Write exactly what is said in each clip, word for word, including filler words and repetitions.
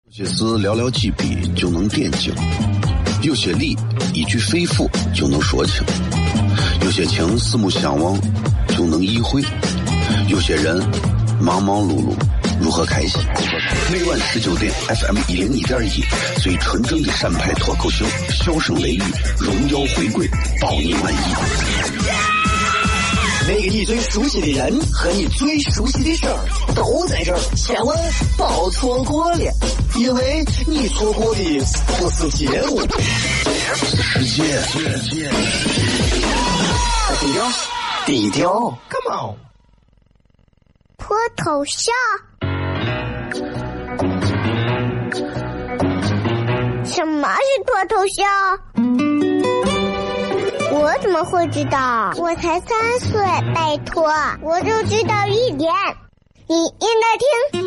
有些事寥寥几笔就能点睛，有些理一句肺腑就能说清，有些情四目相望就能意会，有些人忙忙碌碌如何开心。每晚十九点 F M 一零一点一，最纯正的陕派脱口秀，笑声雷雨，荣耀回归，保你满意。 那个你最熟悉的人和你最熟悉的事儿都在这儿，千万别错过了，因为你错过的不是节目， 世界世界低调低调 ，Come on， 脱头像。什么是脱头像？我怎么会知道？我才三岁，拜托，我就知道一点，你应该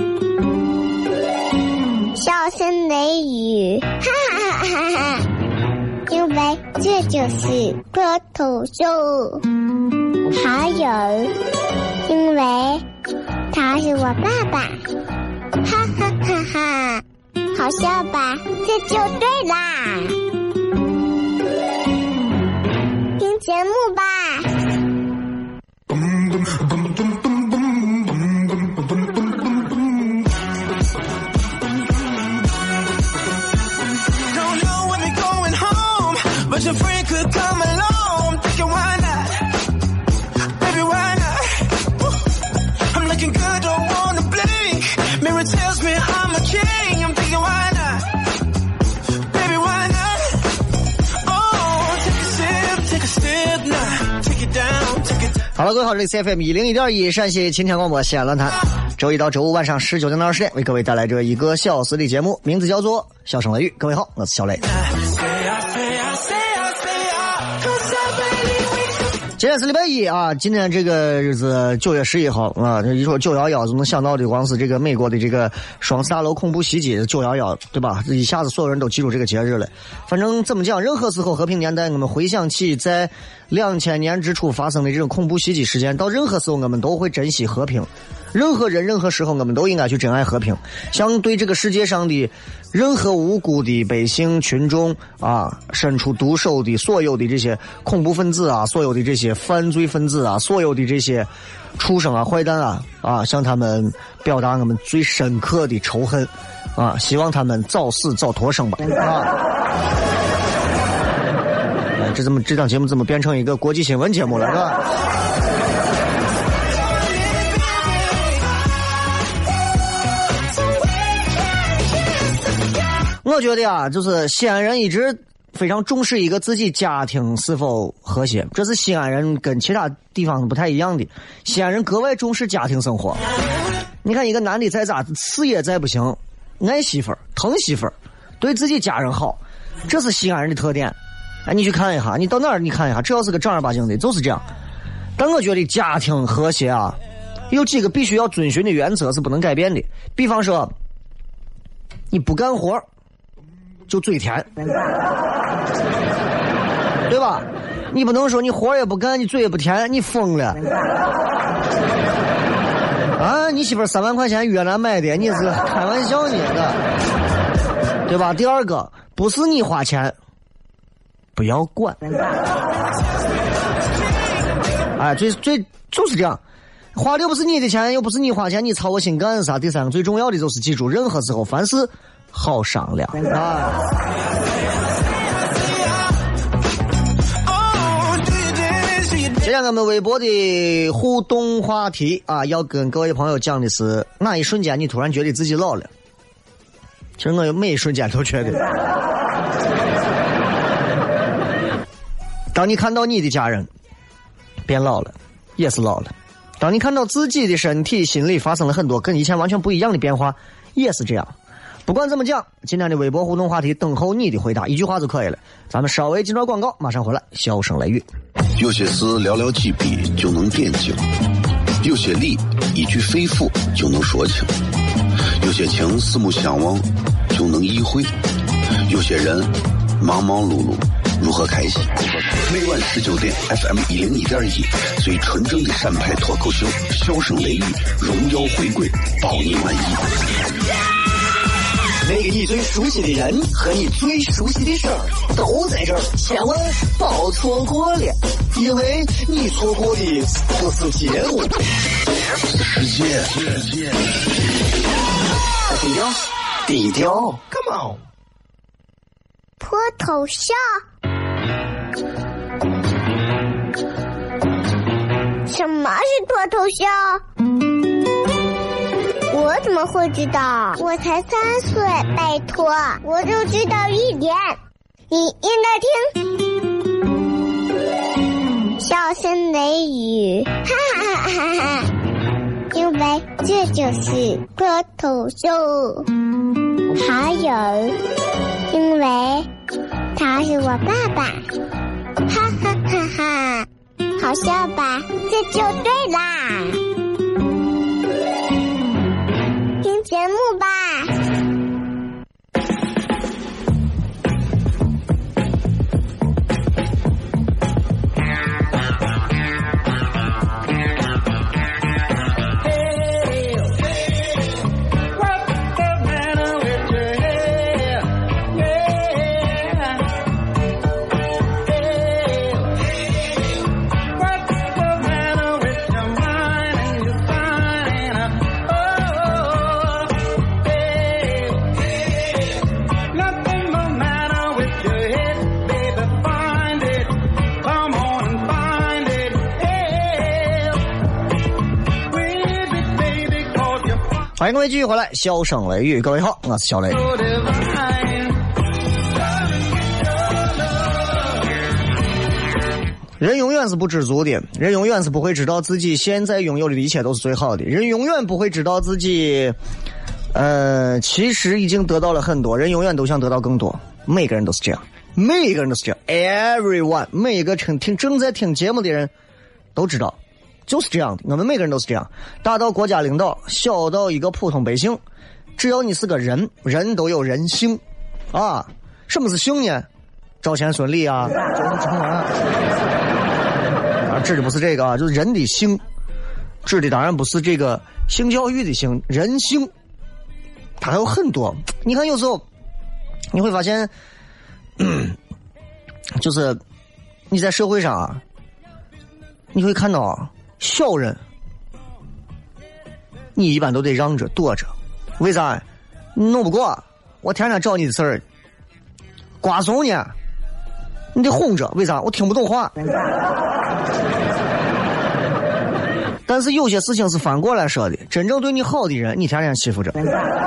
听。笑声雷雨，哈哈哈哈哈！因为这就是脱头秀。还有，因为他是我爸爸，哈哈哈哈！好笑吧？这就对啦。听节目吧。 好了，各位好，这里 C F M 一零一点一陕西秦腔广播西安论坛，周一到周五晚上十九点到二十点为各位带来这一个小时的节目，名字叫做《笑声雷雨》。各位好，我是小雷。今天是礼拜一啊，今天这个日子九月十一号啊，一说九一一就能想到的光是这个美国的这个双十大楼恐怖袭击九一一，对吧？一下子所有人都记住这个节日了。反正怎么讲，任何时候和平年代我们回想起在两千年之初发生的这种恐怖袭击事件，到任何时候我们都会珍惜和平。任何人任何时候我们都应该去珍爱和平，像对这个世界上的任何无辜的百姓群众啊，伸出毒手的所有的这些恐怖分子啊，所有的这些犯罪分子啊，所有的这些畜生啊坏蛋啊啊，向他们表达我们最深刻的仇恨啊，希望他们早死早脱生吧啊！哎，这怎么这档节目怎么变成一个国际新闻节目了，是吧？我觉得啊，就是西安人一直非常重视一个自己家庭是否和谐，这是西安人跟其他地方不太一样的。西安人格外重视家庭生活。你看一个男的再咋事业再不行，爱媳妇儿疼媳妇儿，对自己家人好，这是西安人的特点。哎，你去看一下，你到哪儿你看一下，只要是个正儿八经的就是这样。但我觉得家庭和谐啊，有几个必须要遵循的原则是不能改变的。比方说，你不干活就嘴甜，对吧？你不能说你活也不干，你嘴也不甜，你疯了啊！你媳妇三万块钱越南买的，你是开玩笑呢的，对吧？第二个，不是你花钱，不要管。哎，最最就是这样，花的又不是你的钱，又不是你花钱，你操我心干啥？第三个最重要的就是记住，任何时候凡事好商量啊！今天我们微博的互动话题啊，要跟各位朋友讲的是哪一瞬间你突然觉得自己老了？其实我每一瞬间都觉得，当你看到你的家人变老了，也是老了；当你看到自己的身体、心理发生了很多跟以前完全不一样的变化，也是这样。不管怎么讲，今天的微博互动话题等候你的回答，一句话就可以了。咱们稍微进段广告，马上回来。笑声雷雨， 有些事寥寥几笔就能点睛，有些理一句肺腑就能说清，有些情四目相望就能意会，有些人忙忙碌碌如何开心。每晚十九点 F M 一零一点一，最纯正的陕派脱口秀，笑声雷雨，荣耀回归，保你满意。 那个你最熟悉的人和你最熟悉的事儿都在这儿，千万别错过了，因为你错过的不是节目， 世界。 低调，低调 ，Come on， 脱头像。什么是脱头像？我怎么会知道？我才三岁，拜托，我就知道一点。你应该听，笑声雷雨，哈哈哈哈哈！因为这就是脱头秀。还有，因为他是我爸爸，哈哈哈哈！好笑吧？这就对啦。听节目吧。 欢迎各位继续回来，笑声雷雨，各位好，我是小雷。人永远是不知足的，人永远是不会知道自己现在拥有的一切都是最好的，人永远不会知道自己呃，其实已经得到了很多，人永远都想得到更多，每个人都是这样，每个人都是这样 everyone， 每一个听听正在听节目的人都知道就是这样的，我们每个人都是这样，大到国家领导，小到一个普通百姓，只要你是个人，人都有人性啊。什么是性呢？招贤孙立啊，啊，指的不是这个啊，就是人的性，指的当然不是这个性教育的性，人性它还有很多。你看有时候你会发现，嗯、就是你在社会上啊，你会看到啊。小人你一般都得让着躲着，为啥？你弄不过我天天找你的事儿。瓜怂呢你得哄着，为啥？我听不懂话。但是有些事情是反过来说的，真正对你好的人你天天欺负着。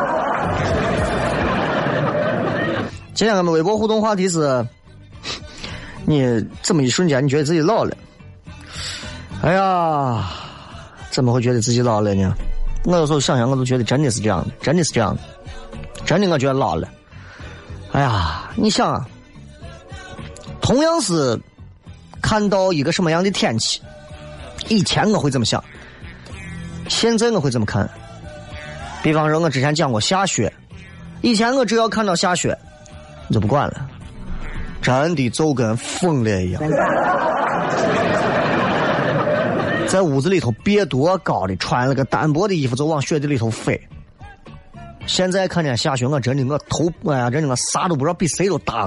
今天我们微博互动话题是，你这么一瞬间你觉得自己老了，哎呀，怎么会觉得自己老了呢？我有时候想想，我都觉得真的是这样的，真的是这样的，真的我觉得老了。哎呀，你想啊，同样是看到一个什么样的天气，以前我会这么想，现在我会这么看。比方说，我之前讲过下雪，以前我只要看到下雪，我就不管了，真的就跟疯了一样。在屋子里头别多高的，穿了个单薄的衣服就往雪地里头飞。现在看见下雪，我真的我头哎呀，真的我啥都不知道，比谁都大。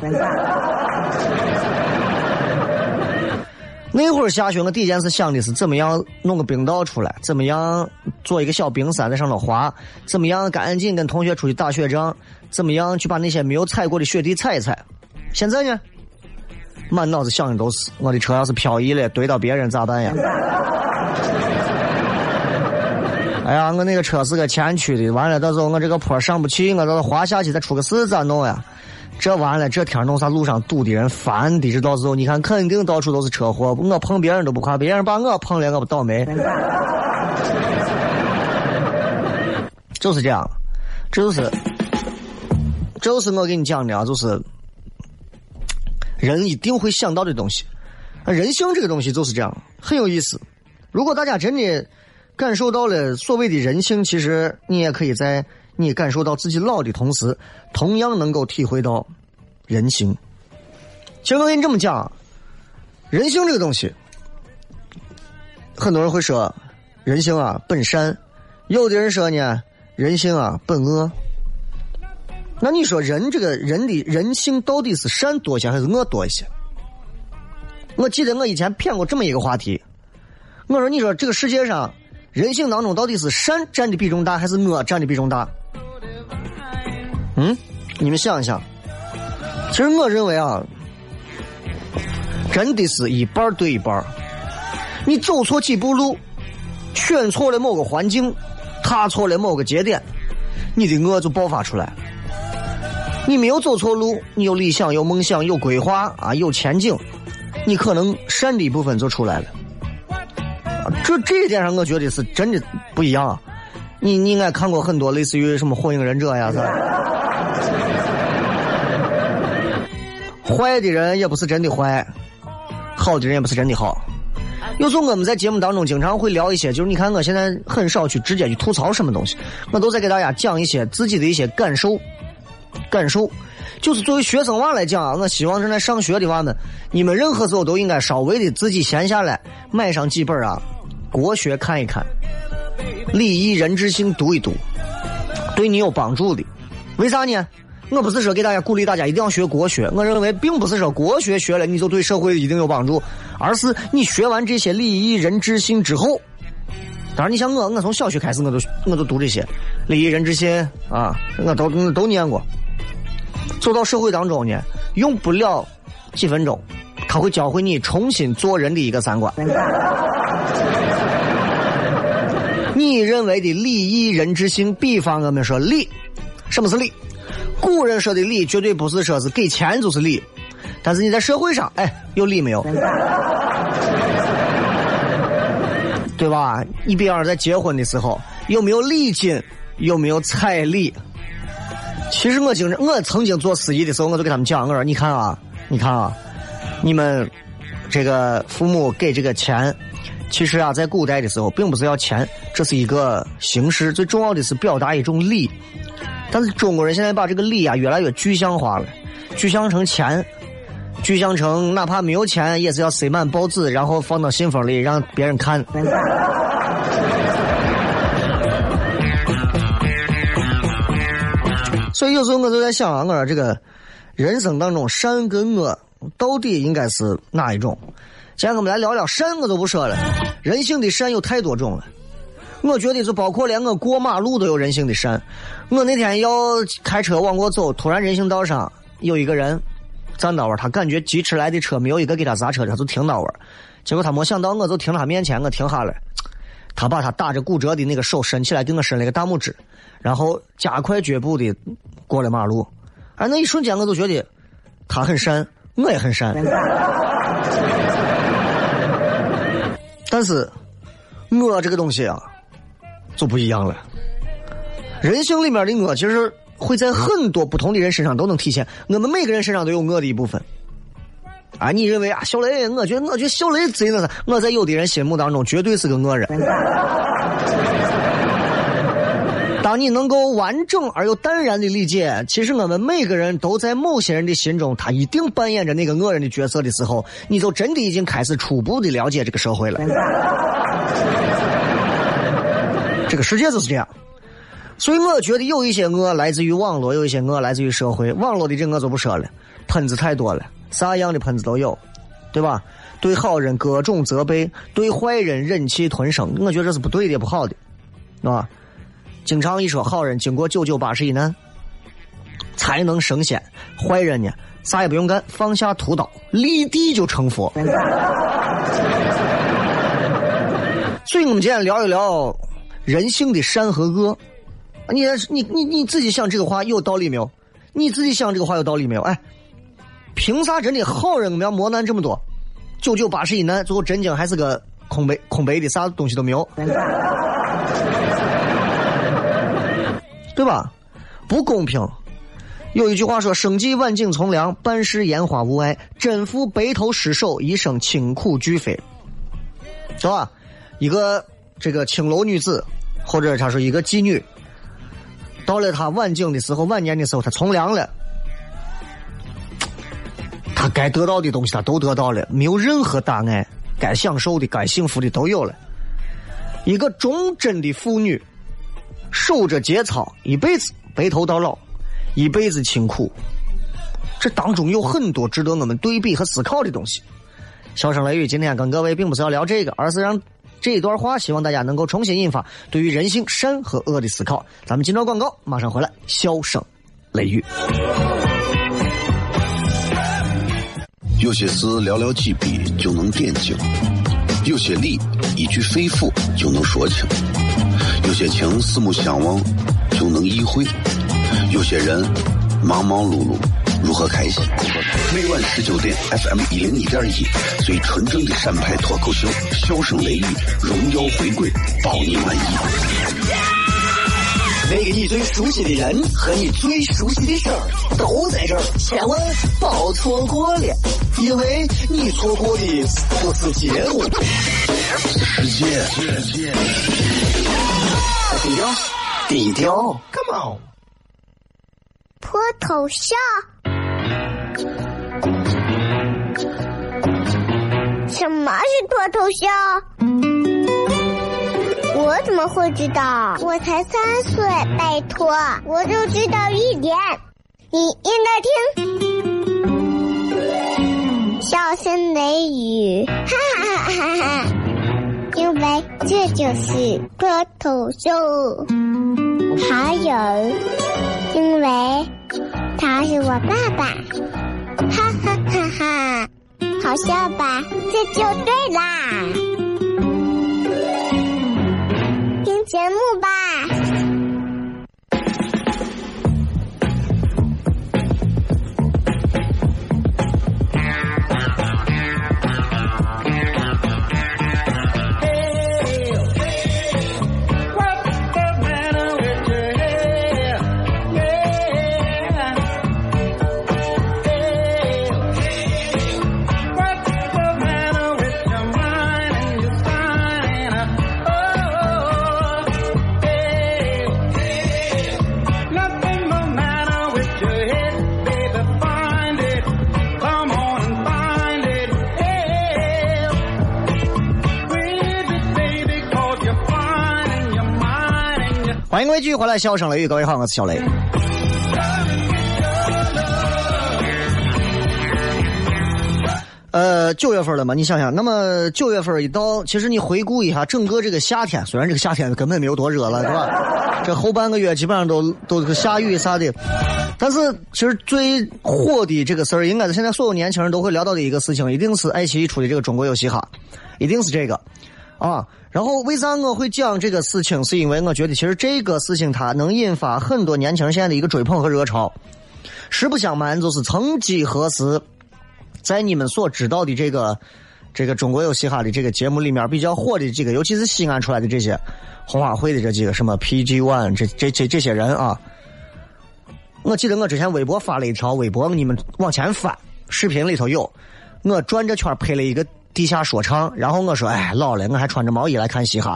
那会儿下雪，我第一件事想的是怎么样弄个冰道出来，怎么样做一个小冰山在上头滑，怎么样赶紧跟同学出去打雪仗，怎么样去把那些没有踩过的雪地踩一踩。现在呢，满脑子想的都是我的车要是漂移了怼到别人咋办呀？哎呀，我那个车是个前驱的，完了到时候我这个坡上不去，我到时候滑下去再出个事咋弄呀？这完了，这天弄啥路上堵的人烦的，这到时候你看肯定到处都是车祸，我碰别人都不怕，别人把我碰了我不倒霉。就是这样，这就是这就是我给你讲的啊，就是人一定会想到的东西。人性这个东西就是这样，很有意思。如果大家真的感受到了所谓的人性，其实你也可以在你感受到自己老的同时，同样能够体会到人性。其实我跟你这么讲，人性这个东西，很多人会说人性啊本善，有的人说呢人性啊本恶。 那你说人这个人的人性到底是善多一些还是恶多一些？我记得我以前骗过这么一个话题，我说你说这个世界上人性当中到底是善占的比重大还是恶占的比重大？嗯，你们想一想，其实我认为啊，真的是一半对一半。你走错几步路，选错了某个环境，踏错了某个节点，你的恶就爆发出来了。你没有走错路，你有理想有梦想有规划啊，有前景，你可能善的一部分就出来了。这这一点上我觉得是真的不一样啊。你你应该看过很多类似于什么火影忍者呀，是吧？坏的人也不是真的坏，好的人也不是真的好。有时候我们在节目当中经常会聊一些，就是你看我现在很少去直接去吐槽什么东西，我都在给大家讲一些自己的一些感受感受。就是作为学生娃来讲啊，我希望正在上学的娃们，你们任何时候都应该稍微的自己闲下来买上几本啊国学看一看，礼义人之性读一读，对你有帮助的。为啥呢？我不是说给大家鼓励大家一定要学国学，我认为并不是说国学学了你就对社会一定有帮助，而是你学完这些礼义人之性之后，当然你像我我从小学开始我都我都读这些礼义人之性啊，我都都念过。走到社会当中呢，用不了几分钟他会教会你重新做人的一个三观。你认为的礼义人之性，比方我们说礼，什么是礼？古人说的礼绝对不是说是给钱就是礼，但是你在社会上哎有礼没有？对吧？你比方在结婚的时候有没有礼金，有没有彩礼？其实我经常我曾经做司仪的时候我就给他们讲，我说你看啊你看啊你们这个父母给这个钱，其实啊在古代的时候并不是要钱，这是一个形式，最重要的是表达一种礼。但是中国人现在把这个礼啊越来越具象化了，具象成钱，具象成哪怕没有钱也是要塞满报纸然后放到信封里让别人看。所以有时候我就在想啊，我说这个人生当中善跟恶到底应该是哪一种？今天我们来聊聊善，我都不说了，人性的善有太多种了。我觉得就包括连我过马路都有人性的善。我那天要开车往过走，突然人行道上有一个人站到位，他感觉疾驰来的车没有一个给他刹车的，他就停到位，结果他没想到我就停他面前，我停下来，他把他打着骨折的那个手伸起来给我伸了一个大拇指，然后加快脚步的过了马路。而那一瞬间我就觉得他很善，我也很善。但是恶这个东西啊就不一样了，人性里面的恶其实会在很多不同的人身上都能体现，我们每个人身上都有恶的一部分啊。你认为啊小雷，我觉得我觉得小雷贼呢，我在有的人心目当中绝对是个恶人。当你能够完整而又淡然的理解，其实我们每个人都在某些人的心中他一定扮演着那个恶人的角色的时候，你就真的已经开始初步的了解这个社会了。这个世界就是这样。所以我觉得有一些恶来自于网络，有一些恶来自于社会。网络的这恶就不说了，喷子太多了，啥样的喷子都有，对吧？对好人各种责备，对坏人忍气吞声，我觉得这是不对的，不好的，是吧？经常一说好人经过九九八十一难才能升仙，坏人呢啥也不用干，放下屠刀立地就成佛。所以我们今天聊一聊人性的善和恶。你你你你自己想这个话有道理没有？你自己想这个话有道理没有？哎，凭啥真的好人我们要磨难这么多？九九八十一难，最后真经还是个空白空白的，啥东西都没有，对吧？不公平。有一句话说：“生计晚景从良，办事烟花无碍，真负白头失守，一生清苦俱非。”是吧？一个这个青楼女子，或者她说一个妓女，到了她晚景的时候，晚年的时候，她从良了，她该得到的东西她都得到了，没有任何大碍，该享受的、该幸福的都有了。一个忠贞的妇女，守着节操，一辈子白头到老。 一辈子清苦，这当中有很多值得我们对比和思考的东西。笑声雷雨今天跟各位并不是要聊这个，而是让这一段话希望大家能够重新引发对于人性善和恶的思考。咱们今朝广告马上回来，笑声雷雨。 有些事寥寥几笔就能点睛，有些理一句肺腑就能说清，有些情四目相望就能意会，有些人忙忙碌碌如何开心。每晚十九点 F M 一零一点一，最纯正的陕派脱口秀，笑声雷雨，荣耀回归，保你满意。 那个你最熟悉的人和你最熟悉的事儿都在这儿，千万别错过了，因为你错过的不是节目， 世界。 低调，低调 ，Come on。 脱头像，什么是脱头像？我怎么会知道？我才三岁，拜托，我就知道一点，你应该听。笑声雷雨，哈哈哈哈哈！因为这就是脱头秀。还有，因为他是我爸爸，哈哈哈哈！好笑吧？这就对啦。听节目吧。 欢迎各位继续回来，笑声雷雨，各位好，我是小雷。呃，九月份了嘛，你想想，那么九月份一到，其实你回顾一下整个这个夏天，虽然这个夏天根本没有多热了，是吧？这后半个月基本上都都下雨啥的，但是其实最火的这个事儿，应该是现在所有年轻人都会聊到的一个事情，一定是爱奇艺出的这个中国有嘻哈，一定是这个啊。然后为啥我会讲这个事情，是因为我觉得其实这个事情它能引发很多年轻人现在的一个追捧和热潮。实不相瞒，就是曾几何时，在你们所知道的这个这个中国有嘻哈的这个节目里面比较火的这个，尤其是西安出来的这些红花会的这几个什么 P G One 这这这这些人啊，我记得我之前微博发了一条微博，你们往前翻，视频里头有，我转着圈配了一个地下说唱，然后我说，哎，老了，我还穿着毛衣来看嘻哈。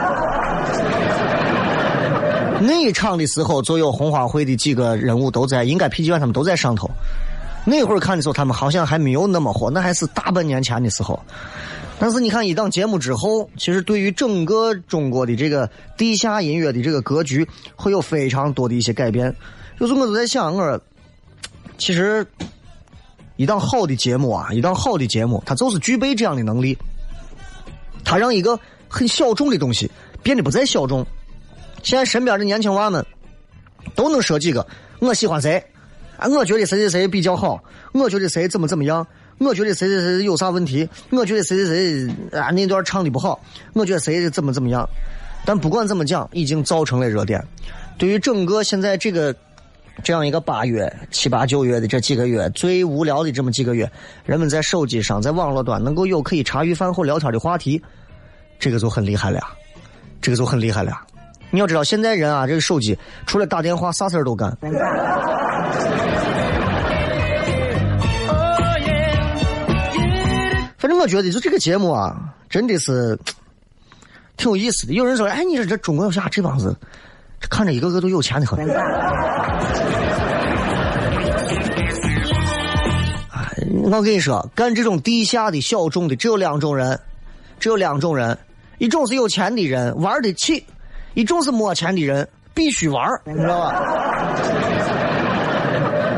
那一场的时候，就有红花会的几个人物都在，应该 P G One 他们都在上头。那会儿看的时候，他们好像还没有那么火，那还是大半年前的时候。但是你看一档节目之后，其实对于整个中国的这个地下音乐的这个格局，会有非常多的一些改变。有时候我都在想，我其实一档好的节目啊，一档好的节目，它就是具备这样的能力，它让一个很小众的东西变得不再小众。现在身边的年轻娃们都能说几个，我喜欢谁啊，我觉得谁谁谁比较好，我觉得谁怎么怎么样，我觉得谁谁谁有啥问题，我觉得谁谁谁啊那段唱的不好，我觉得谁怎么怎么样。但不管怎么讲，已经造成了热点。对于整个现在这个这样一个八月七八九月的这几个月最无聊的这么几个月，人们在手机上在网络端能够有可以茶余饭后聊天的话题，这个就很厉害了，这个就很厉害了。你要知道现在人啊，这个手机除了打电话啥事儿都干。反正我觉得就这个节目啊，真的是挺有意思的。有人说，哎，你说这中国有啥这帮子看着一个个都有钱的很。我跟你说，干这种地下的小众的只有两种人，只有两种人，一种是有钱的人玩得起，一种是没钱的人必须玩，你知道吧？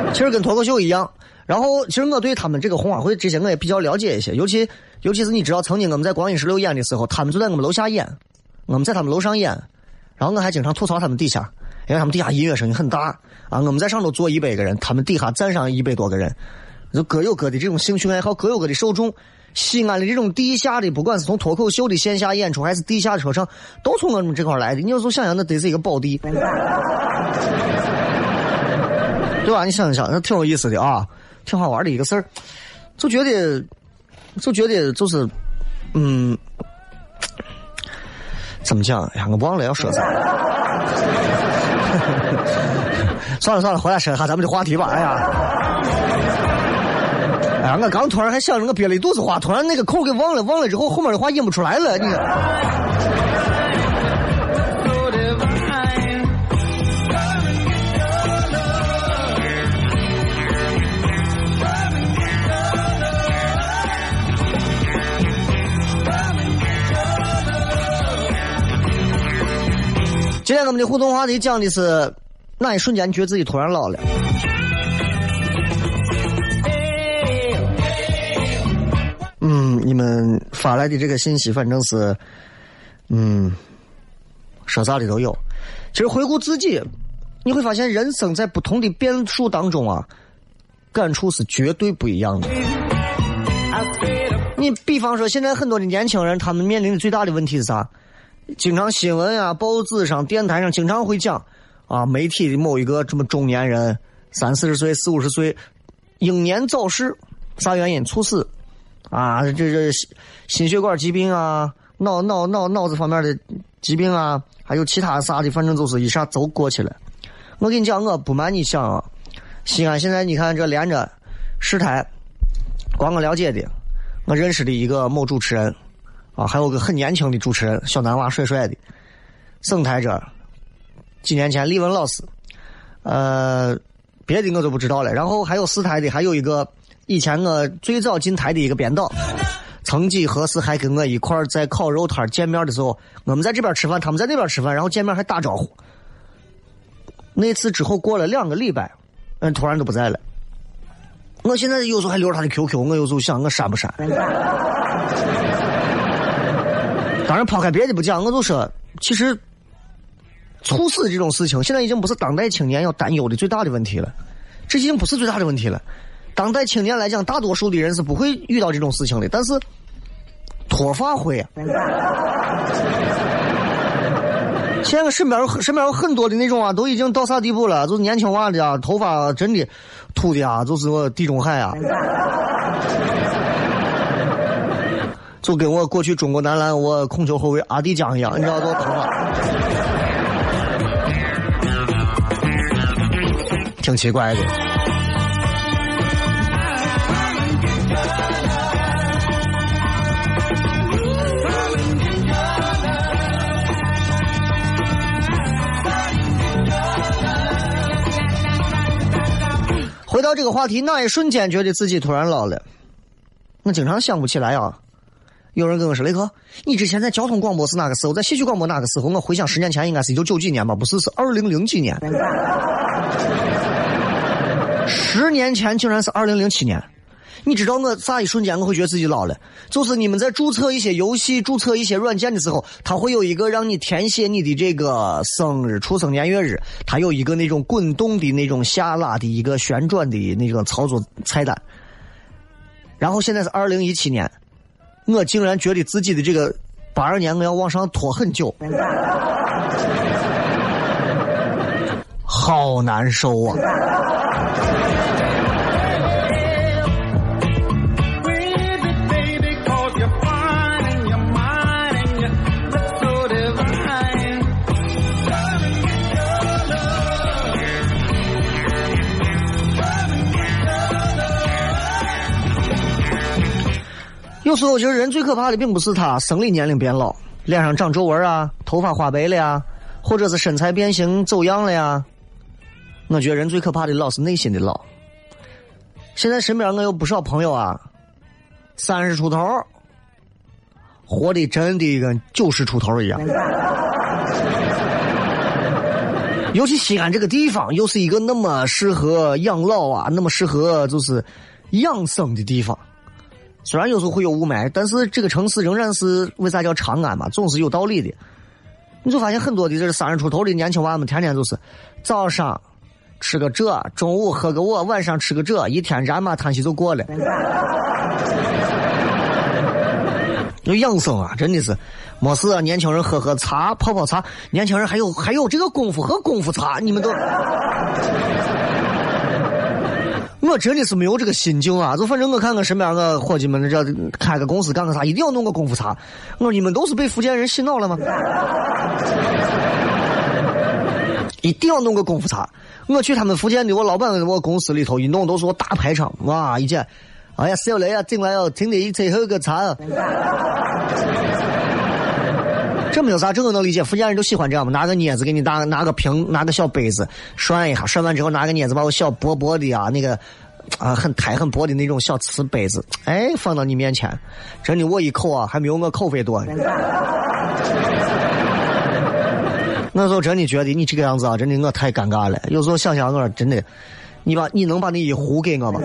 其实跟脱口秀一样。然后其实我对他们这个红花会这些我也比较了解一些，尤其尤其是你知道曾经我们在光阴十六演的时候，他们就在我们楼下演，我们在他们楼上演，然后我还经常吐槽他们底下，因为他们底下音乐声音很大啊，我们在上头坐一百个人，他们底下站上一百多个人，就各有各的这种兴趣爱好，各有各的受众。西安的这种地下的，不管是从脱口秀的线下演出，还是地下车场，都从我们这块来的。你有时候想想，那得是一个宝地，对吧？你想想，那挺有意思的啊，挺好玩的一个事儿。就觉得，就觉得就是，嗯，怎么讲？哎呀，我忘了要说啥。算了算了，回来说下咱们的话题吧。哎呀。哎呀，我刚突然还想着我憋了一肚子话，突然那个口给忘了，忘了之后后面的话引不出来了。你今天我们的互动话题讲的是那一瞬间觉得自己突然老了。嗯，你们发来的这个信息反正是，嗯，说啥的都有。其实回顾自己，你会发现人生在不同的变数当中啊，感触是绝对不一样的。你比方说，现在很多的年轻人，他们面临的最大的问题是啥？经常新闻啊、报纸上、电台上经常会讲啊，媒体的某一个这么中年人，三四十岁、四五十岁，英年早逝，啥原因猝死？啊，这这心血管疾病啊，脑脑脑脑子方面的疾病啊，还有其他啥的，反正就是一下都过去了。我跟你讲，我不瞒你想啊，西安现在你看这连着市台，光我了解的，我认识的一个某主持人啊，还有个很年轻的主持人，小男娃帅帅的，省台这几年前李文老师，呃，别的我都不知道了。然后还有四台的，还有一个。以前我最早进台的一个编导，曾几何时还跟我一块儿在烤肉摊见面的时候，我们在这边吃饭，他们在那边吃饭，然后见面还打招呼。那次之后过了两个礼拜，嗯，突然都不在了。我现在有时候还留着他的 Q Q， 我有时候想我删不删。当然抛开别的不讲，我就说，其实猝死这种事情，现在已经不是当代青年要担忧的最大的问题了，这已经不是最大的问题了。当代青年来讲，大多数的人是不会遇到这种事情的，但是脱发会啊。现在身边身边有很多的那种啊，都已经到啥地步了？就是年轻娃的啊，头发真的秃的啊，就是我地中海啊，就跟我过去中国男篮我控球后卫阿迪江一样，你知道多头发，挺奇怪的。回到这个话题，那一瞬间觉得自己突然老了，我经常想不起来啊。有人跟我说，雷哥，你之前在交通广播是哪个时候？在戏曲广播哪个时候？我回想十年前应该是一九九几年吧，不是，是二零零几年。十年前竟然是二零零七年。你知道我咋一瞬间我会觉得自己老了？就是你们在注册一些游戏、注册一些软件的时候，它会有一个让你填写你的这个生日、出生年月日，它有一个那种滚动的那种下拉的一个旋转的那种操作菜单。然后现在是二零一七年，我竟然觉得自己的这个八二年我要往上拖很久，好难受啊！有时候其实人最可怕的并不是他生理年龄变老，脸上长皱纹啊，头发花白了呀，或者是身材变形走样了呀。我觉得人最可怕的老是内心的老。现在身边我有不少朋友啊，三十出头，活的真的跟九十出头一样。 尤其西安这个地方又是一个那么适合养老啊，那么适合就是养生的地方。虽然有时候会有雾霾，但是这个城市仍然是为啥叫长安嘛，总是有道理的。你就发现很多的这三十出头的年轻娃们，天天就是早上吃个这，中午喝个我，晚上吃个这，一天染马叹息就过了。有养生啊，真的是没事啊！年轻人喝喝茶，泡泡茶，年轻人还有还有这个功夫喝功夫茶，你们都，我真的是没有这个心境啊！就反正我看看身边个伙计们，这开个公司干个啥，一定要弄个功夫茶。我说你们都是被福建人洗脑了吗？一定要弄个功夫茶。我去他们福建的我老板我公司里头一弄都是我大排场，哇一见。哎呀，小雷啊，进来哦，请你最后一个茶啊。这没有啥，这个能理解。福建人都喜欢这样嘛，拿个镊子给你拿拿个瓶，拿个小杯子涮一下，涮完之后拿个镊子把我小薄薄的啊那个啊很抬很薄的那种小瓷杯子，哎放到你面前，真的我一口啊还没有我口味多。那时候真的觉得你这个样子啊，真的我太尴尬了。有时候想想我真的，你把你能把那一壶给我吗？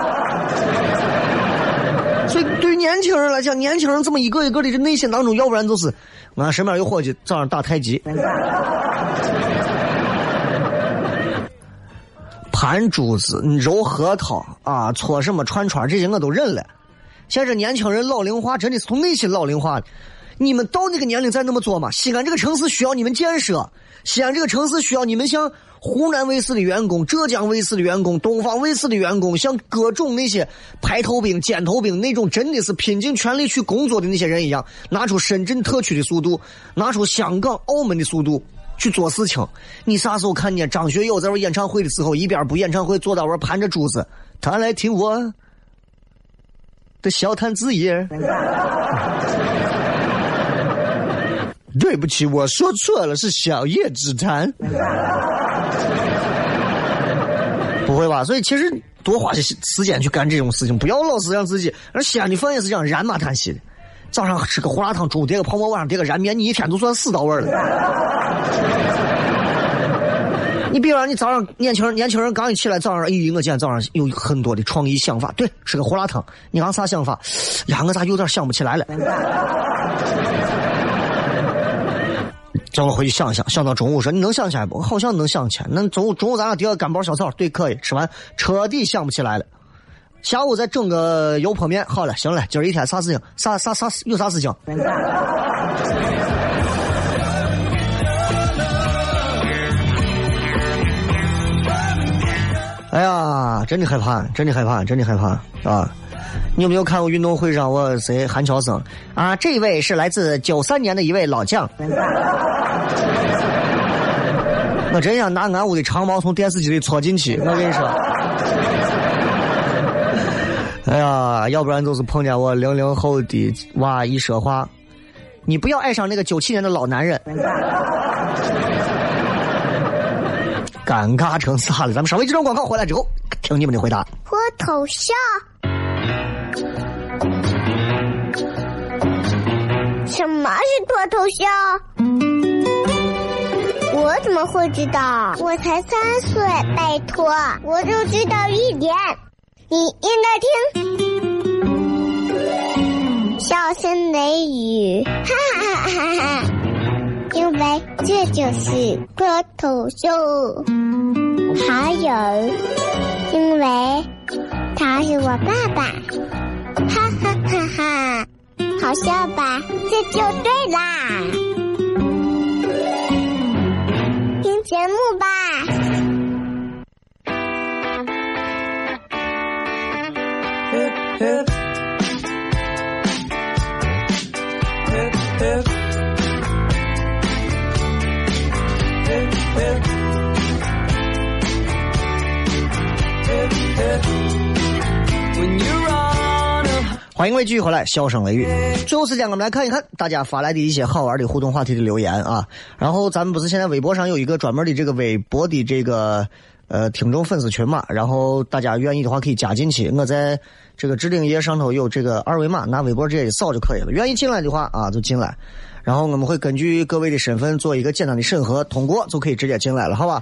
所以对于年轻人来讲，年轻人这么一个一个的这内心当中，要不然就是我身边有伙计早上打太极，盘珠子、揉核桃啊，搓什么串串，这些我都忍了。现在年轻人老龄化真的是从内心老龄化的。你们到那个年龄再那么做嘛？西安这个城市需要你们建设，西安这个城市需要你们像湖南卫视的员工、浙江卫视的员工、东方卫视的员工，像各种那些排头兵、剪头兵那种真的是拼尽全力去工作的那些人一样，拿出深圳特区的速度，拿出香港、澳门的速度去做事情。你啥时候看见张学友在我演唱会的时候，一边不演唱会坐到我盘着珠子，他来听我的小谈之夜？对不起，我说错了，是小叶之谈。不会吧？所以其实多花些时间去干这种事情，不要老是让自己。而西安的饭也是这样，燃马叹息的。早上吃个胡辣汤，中午叠个泡馍，晚上叠个燃面，你一天都算死到位了。你比如说，你早上年轻人年轻人刚一起来，早上哎，我今天早上有很多的创意想法，对，吃个胡辣汤，你刚啥想法？呀，我咋有点想不起来了？叫我回去想一想，想到中午说你能想起来不？好像能想起来。那中午中午咱俩叠个干包小草，对，可以吃完，彻底想不起来了。下午再整个油泼面，好了，行了，今儿一天啥事情？啥啥啥有啥事情？哎呀，真的害怕，真的害怕，真的害怕啊！你有没有看过运动会上我谁韩乔生啊？这一位是来自九三年的一位老将。我真想拿俺屋的长毛从电视机里戳进去，我跟你说。哎呀，要不然就是碰见我零零后的娃一说话，你不要爱上那个九七年的老男人。尴尬成啥了？咱们稍微这种广告回来之后，听你们的回答。 脱头像。什么是脱头像？我怎么会知道？我才三岁，拜托，我就知道一点。你应该听笑声雷雨，哈哈哈哈哈！因为这就是脱头秀。还有，因为他是我爸爸，哈哈哈哈！好笑吧？这就对啦。听节目吧。Hip, hip. Hip, hip. Hip, hip. Hip, hip. When you're on a... 欢迎各位继续回来，笑声雷雨。最后时间我们来看一看大家发来的一些好玩的互动话题的留言啊。然后咱们不是现在微博上有一个专门的这个微博的这个呃听众粉丝群嘛，然后大家愿意的话可以加进去。我在这个置顶页上头有这个二维码，拿微博直接一扫就可以了。愿意进来的话啊就进来。 然后我们会根据各位的身份做一个简单的审核，通过就可以直接进来了，好吧？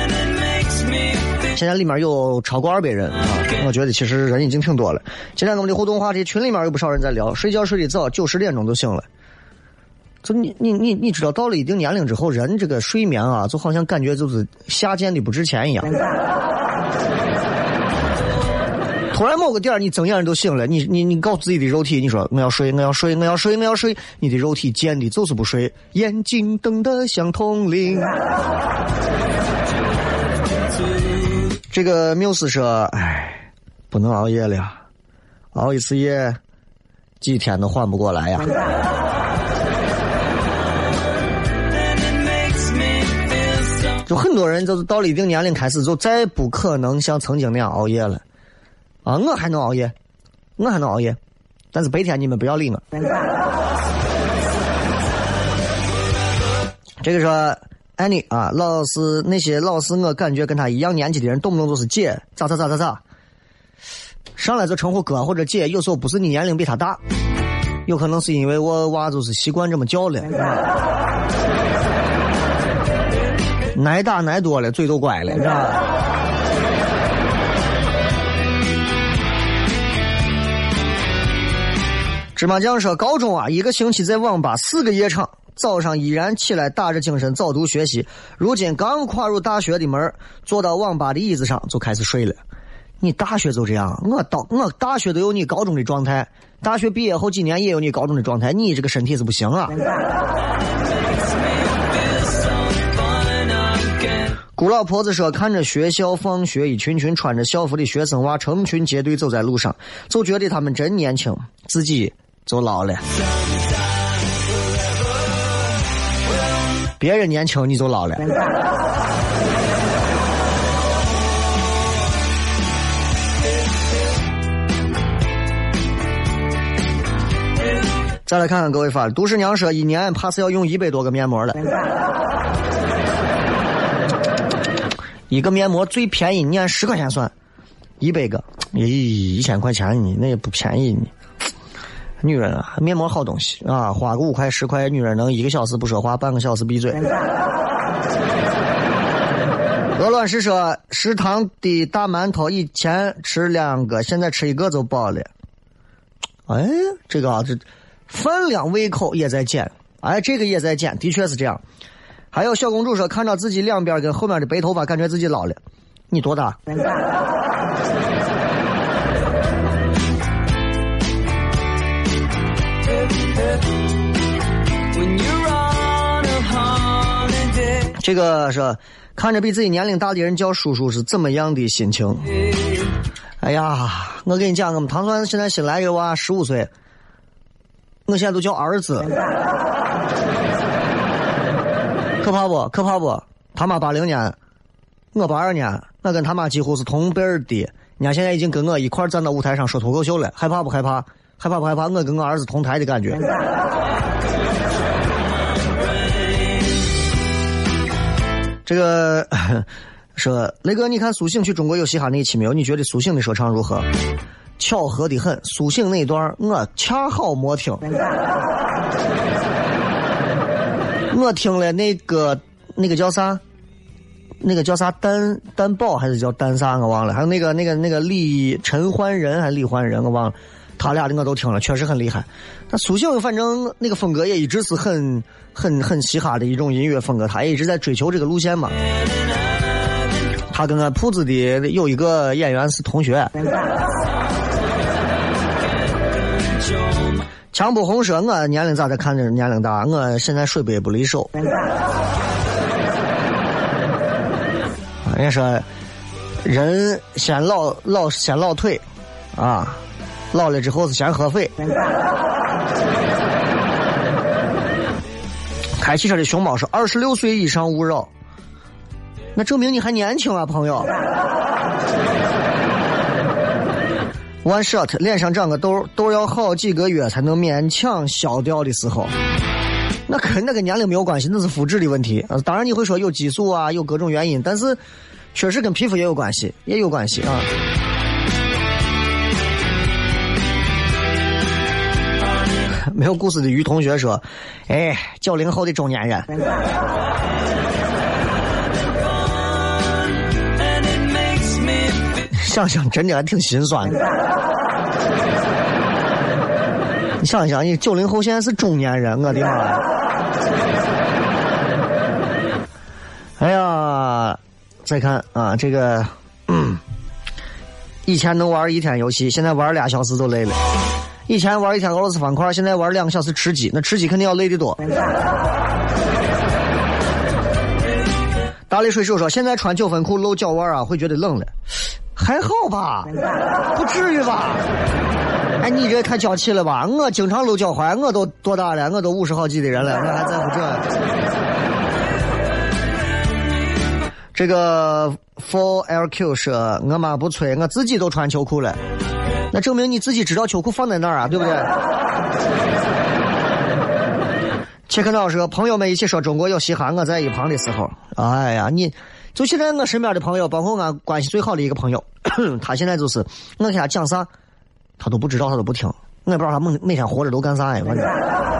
现在里面有超过二百人啊，我觉得其实人已经挺多了。今天我们的互动话题群里面有不少人在聊，睡觉睡得早，九十点钟就醒了。就你你你你知道，到了一定年龄之后，人这个睡眠啊，就好像感觉就是下贱的不值钱一样。突然某个点儿，你睁眼都醒了，你你你告诉自己的肉体，你说我要睡，我要睡，我要睡，我要睡，你的肉体贱的就是不睡，眼睛瞪得像铜铃。这个缪斯说，哎，不能熬夜了，熬一次夜几天都缓不过来呀。就很多人就是到了一定年龄开始就再不可能像曾经那样熬夜了啊！我还能熬夜，我还能熬夜，但是白天你们不要理我。这个说安妮啊，老师那些老师我感觉跟他一样年纪的人动不动就是姐咋咋咋咋咋，上来就称呼哥或者姐，有时候不是你年龄比他大，有可能是因为我娃就是习惯这么叫了。挨打挨多了，嘴都乖了，是吧？芝麻酱说，高中啊，一个星期在网吧四个夜场，早上依然起来打着精神早读学习，如今刚跨入大学的门，坐到网吧的椅子上就开始睡了。你大学就这样，我到我大学都有你高中的状态，大学毕业后几年也有你高中的状态，你这个身体是不行啊。古老婆子说，看着学校放学，一群群穿着校服的学生娃成群结队走在路上，就觉得他们真年轻，自己就老了。别人年轻你就老了。再来看看各位发的，都市娘说，一年怕是要用一百多个面膜了。一个面膜最便宜，你按十块钱算，一百个，咦，一千块钱你那也不便宜你。女人啊，面膜好东西啊，花个五块十块，女人能一个小时不说话，半个小时闭嘴。鹅卵石说，食堂的大馒头以前吃两个，现在吃一个就饱了。哎，这个啊，这饭量胃口也在减，哎，这个也在减，的确是这样。还有小公主说，看到自己两边跟后面的白头发，感觉自己老了。你多大？这个是看着比自己年龄大的人叫叔叔是怎么样的心情？哎呀，我跟你讲，我们唐酸现在新来一个娃十五岁，我现在都叫儿子。可怕不？可怕不？他妈八零年，我八二年，我跟他妈几乎是同辈儿的。人家现在已经跟我一块站到舞台上说脱口秀了，害怕不害怕？害怕不害怕？我跟我儿子同台的感觉。这个说雷哥，你看苏醒去中国有嘻哈那一期没有？你觉得苏醒的说唱如何？巧合的很，苏醒那一段我恰好没听。我听了那个那个叫啥，那个叫啥蛋蛋宝还是叫蛋啥我忘了，还有那个那个那个李陈焕仁还是李焕仁我忘了，他俩的我都听了，确实很厉害。那苏醒反正那个风格也一直是很很很嘻哈的一种音乐风格，他也一直在追求这个路线嘛。他跟俺铺子的有一个演员是同学。强不红说，我年龄咋的看着年龄大，我现在水杯不离手。人家说人先老老先老腿啊，老了之后是先喝肺。开汽车的熊猫是二十六岁以上勿扰，那证明你还年轻啊，朋友。One shot 脸上长个痘都要好几个月才能勉强消掉的时候，那跟那个年龄没有关系，那是肤质的问题。呃，当然你会说有激素啊，有各种原因，但是确实跟皮肤也有关系，也有关系啊。 没有故事的于同学说，哎，九零后的中年人。想想真的还挺心酸的。你想想，你九零后现在是中年人，我的妈！哎呀，再看啊，这个，嗯，以前能玩一天游戏，现在玩俩小时都累了。以前玩一天俄罗斯方块，现在玩两个小时吃鸡，那吃鸡肯定要累得多。大力水手说，现在穿九分裤露脚腕啊，会觉得冷了。还好吧，不至于吧？哎，你这太娇气了吧？我经常露脚踝，我都多大了？我都五十好几的人了，我还在乎这？这个 four L Q 说，我妈不催，我自己都穿秋裤了，那证明你自己知道秋裤放在哪儿啊，对不对？切克闹说，朋友们一起说中国有嘻哈，我在一旁的时候，哎呀，你。就现在我身边的朋友，包括我关系最好的一个朋友，他现在就是我给他讲啥，他都不知道，他都不听，我也不知道他每每天活着都干啥呀。反正，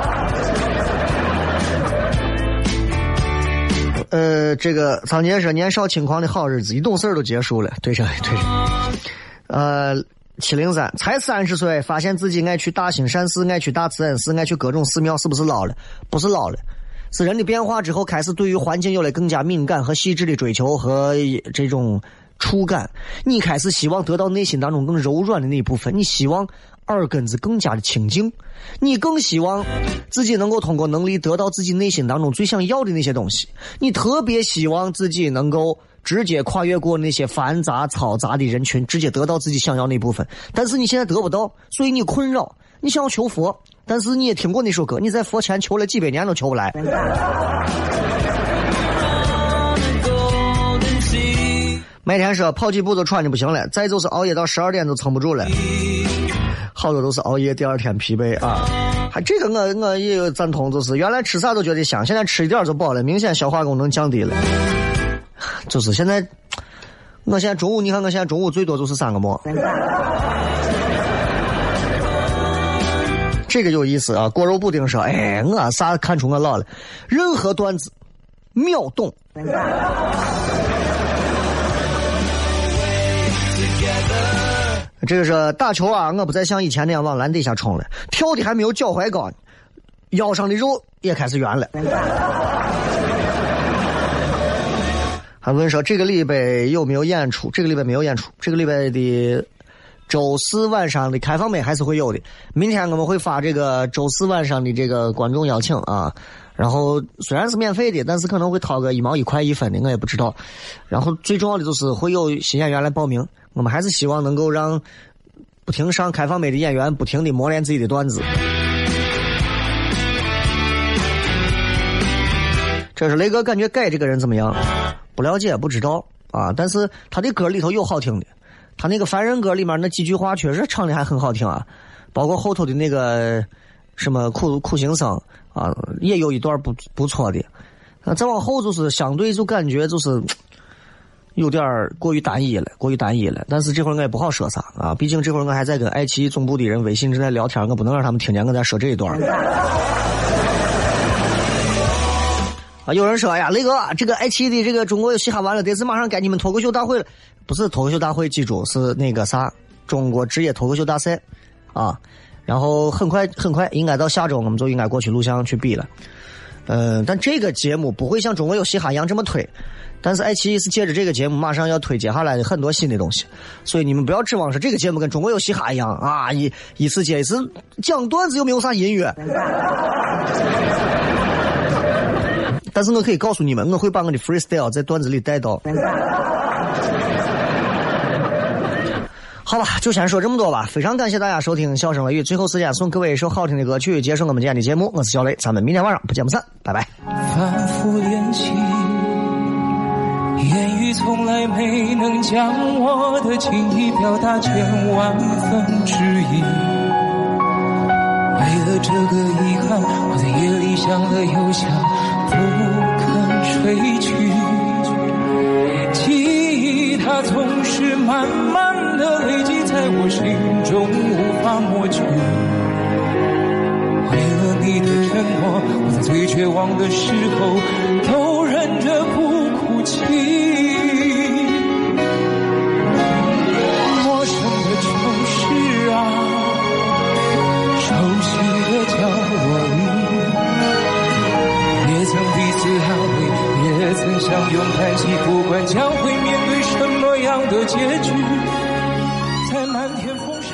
呃，这个张杰说，年少轻狂的好日子，一懂事都结束了，对着对着。呃，七零三才三十岁，发现自己爱去大兴善寺，爱去大慈恩寺，爱去各种寺庙，是不是老了？不是老了。是人的变化之后，开始对于环境有了更加敏感和细致的追求和这种触感。你开始希望得到内心当中更柔软的那一部分，你希望耳根子更加的清净，你更希望自己能够通过能力得到自己内心当中最想要的那些东西。你特别希望自己能够直接跨越过那些繁杂嘈杂的人群，直接得到自己想要那部分。但是你现在得不到，所以你困扰，你想要求佛。但是你也听过那首歌，你在佛前求了几百年都求不来。每天说跑几步都喘的不行了，再就是熬夜到十二点都撑不住了，好多都是熬夜第二天疲惫啊。还这个我我也有赞同，就是原来吃啥都觉得香，现在吃一点就饱了，明显消化功能降低了。就是现在，我现在中午你看我现在中午最多就是三个馍。这个有意思啊！锅肉布丁说：“哎，我啥看出我老了？任何段子秒懂。”这个是打球啊！我不再像以前那样往篮底下冲了，跳的还没有脚踝高，腰上的肉也开始圆了。还问说这个礼拜有没有演出？这个礼拜没有演出，这个礼拜的。周四晚上的开放麦还是会有的，明天我们会发这个周四晚上的这个观众邀请啊，然后虽然是免费的，但是可能会掏个一毛一块一分的，我也不知道。然后最重要的就是会有新演员来报名，我们还是希望能够让不停上开放麦的演员不停地磨练自己的段子。这是雷哥感觉盖这个人怎么样？不了解不知道啊，但是他的歌里头有好听的。他那个凡人歌里面那几句话确实唱的还很好听啊，包括后头的那个什么苦苦行僧啊，也有一段不不错的。那再往后就是相对就感觉就是有点过于单一了，过于单一了。但是这会儿我也不好说啥啊，毕竟这会儿我还在跟爱奇艺总部的人微信正在聊天，我不能让他们听见我在说这一段。啊，有人说，哎呀，雷哥，这个爱奇艺的这个中国有嘻哈完了，这次马上该你们脱口秀大会了。不是脱口秀大会，记住是那个啥，中国职业脱口秀大赛啊。然后很快很快，应该到下周我们就应该过去录像去比了。嗯、呃，但这个节目不会像中国有嘻哈一样这么推，但是爱奇艺是借着这个节目马上要推接下来的很多新的东西，所以你们不要指望说这个节目跟中国有嘻哈一样啊，一一次接一次讲段子又没有啥音乐。但是我可以告诉你们，我会把我的 freestyle 在段子里带到。好吧，就先说这么多吧。非常感谢大家收听笑声雷雨，最后时间送各位一首好听的歌曲，结束我们今天的节目。我是小雷，咱们明天晚上不见不散，拜拜。 反复练习，言语从来没能将我的情意表达千万分之一。为了这个遗憾，我在夜里想了又想，不肯睡去。记忆它总是慢慢的累积在我心中，无法抹去。回承诺，我在最绝望的时候都忍着不哭泣。陌生的城市啊，熟悉的角落里，也曾彼此安慰，也曾相拥叹息，不管将会面对什么样的结局，在漫天风